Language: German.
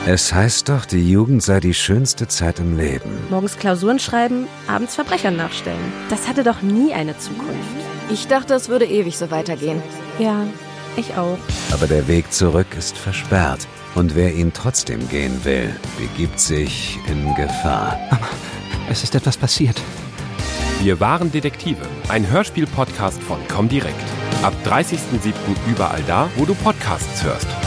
Es heißt doch, die Jugend sei die schönste Zeit im Leben. Morgens Klausuren schreiben, abends Verbrechern nachstellen. Das hatte doch nie eine Zukunft. Ich dachte, es würde ewig so weitergehen. Ja, ich auch. Aber der Weg zurück ist versperrt. Und wer ihn trotzdem gehen will, begibt sich in Gefahr. Aber es ist etwas passiert. Wir waren Detektive, ein Hörspiel-Podcast von Comdirect. Ab 30.07. überall da, wo du Podcasts hörst.